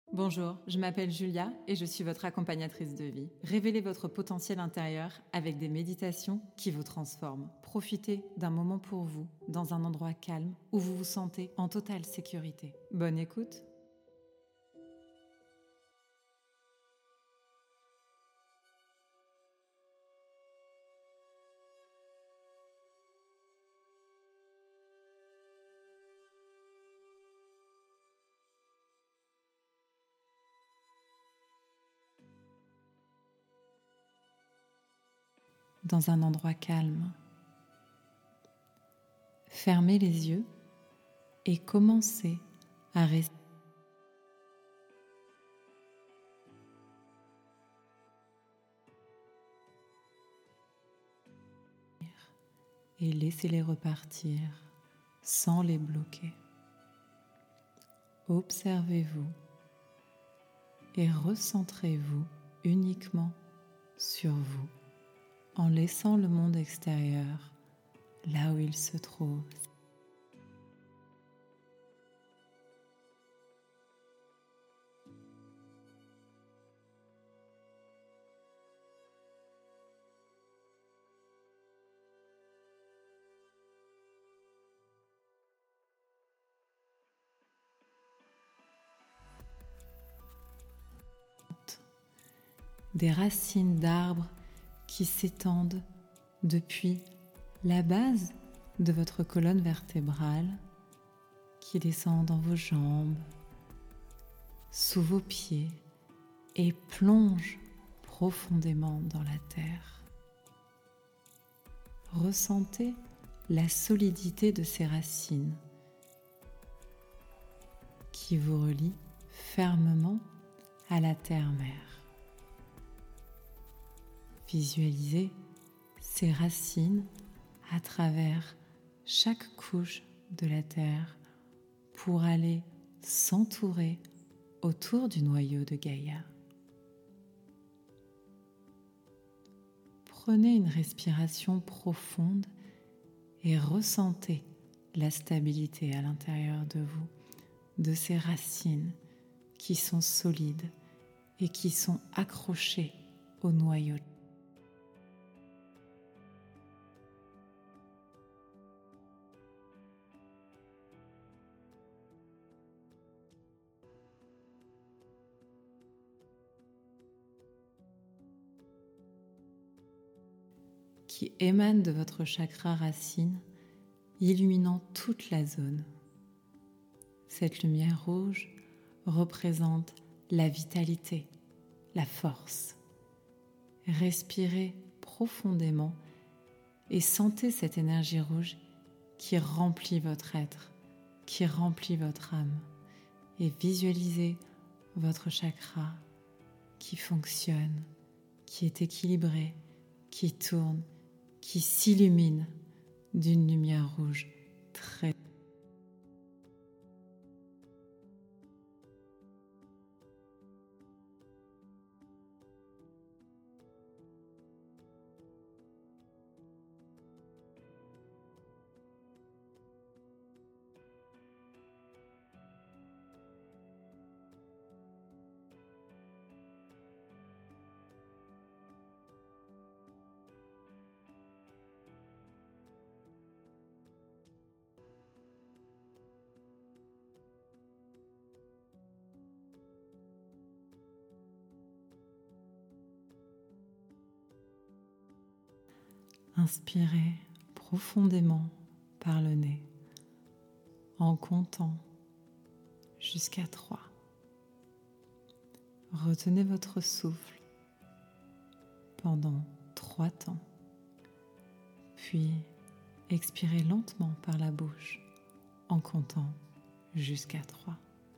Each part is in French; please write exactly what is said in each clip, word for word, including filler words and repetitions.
Bonjour, je m'appelle Julia et je suis votre accompagnatrice de vie. Révélez votre potentiel intérieur avec des méditations qui vous transforment. Profitez d'un moment pour vous, dans un endroit calme où vous vous sentez en totale sécurité. Bonne écoute. Dans un endroit calme. Fermez les yeux et commencez à respirer. Et laissez-les repartir sans les bloquer. Observez-vous et recentrez-vous uniquement sur vous en laissant le monde extérieur là où il se trouve. Des racines d'arbres qui s'étendent depuis la base de votre colonne vertébrale, qui descend dans vos jambes, sous vos pieds et plonge profondément dans la terre. Ressentez la solidité de ces racines qui vous relient fermement à la terre-mère. Visualisez ces racines à travers chaque couche de la terre pour aller s'entourer autour du noyau de Gaïa. Prenez une respiration profonde et ressentez la stabilité à l'intérieur de vous, de ces racines qui sont solides et qui sont accrochées au noyau. Qui émane de votre chakra racine, illuminant toute la zone. Cette lumière rouge représente la vitalité, la force. Respirez profondément et sentez cette énergie rouge qui remplit votre être, qui remplit votre âme. Et visualisez votre chakra qui fonctionne, qui est équilibré, qui tourne, qui s'illumine d'une lumière rouge très Inspirez profondément par le nez en comptant jusqu'à trois. Retenez votre souffle pendant trois temps, puis expirez lentement par la bouche en comptant jusqu'à trois.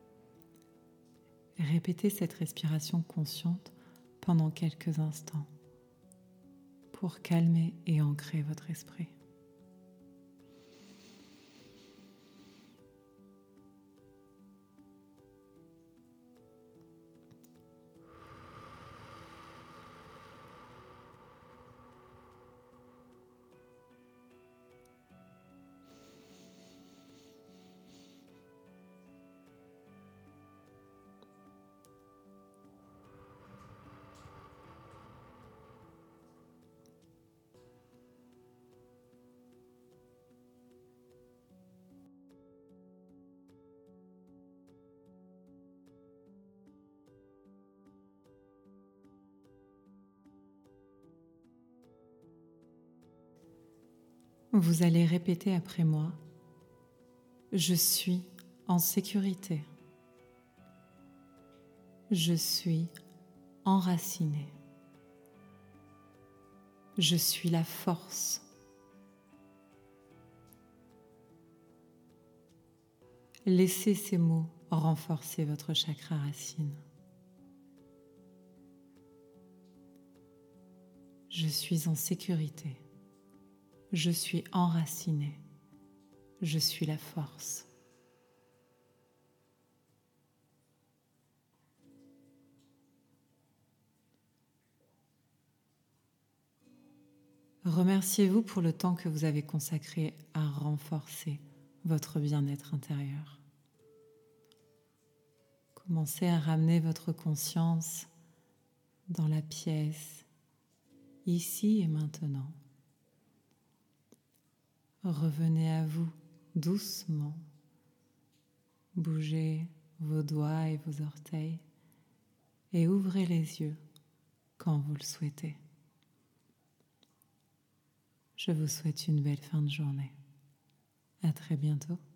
Répétez cette respiration consciente pendant quelques instants pour calmer et ancrer votre esprit. Vous allez répéter après moi. Je suis en sécurité. Je suis enraciné. Je suis la force. Laissez ces mots renforcer votre chakra racine. Je suis en sécurité. Je suis enraciné. Je suis la force. Remerciez-vous pour le temps que vous avez consacré à renforcer votre bien-être intérieur. Commencez à ramener votre conscience dans la pièce, ici et maintenant. Revenez à vous doucement. Bougez vos doigts et vos orteils et ouvrez les yeux quand vous le souhaitez. Je vous souhaite une belle fin de journée. À très bientôt.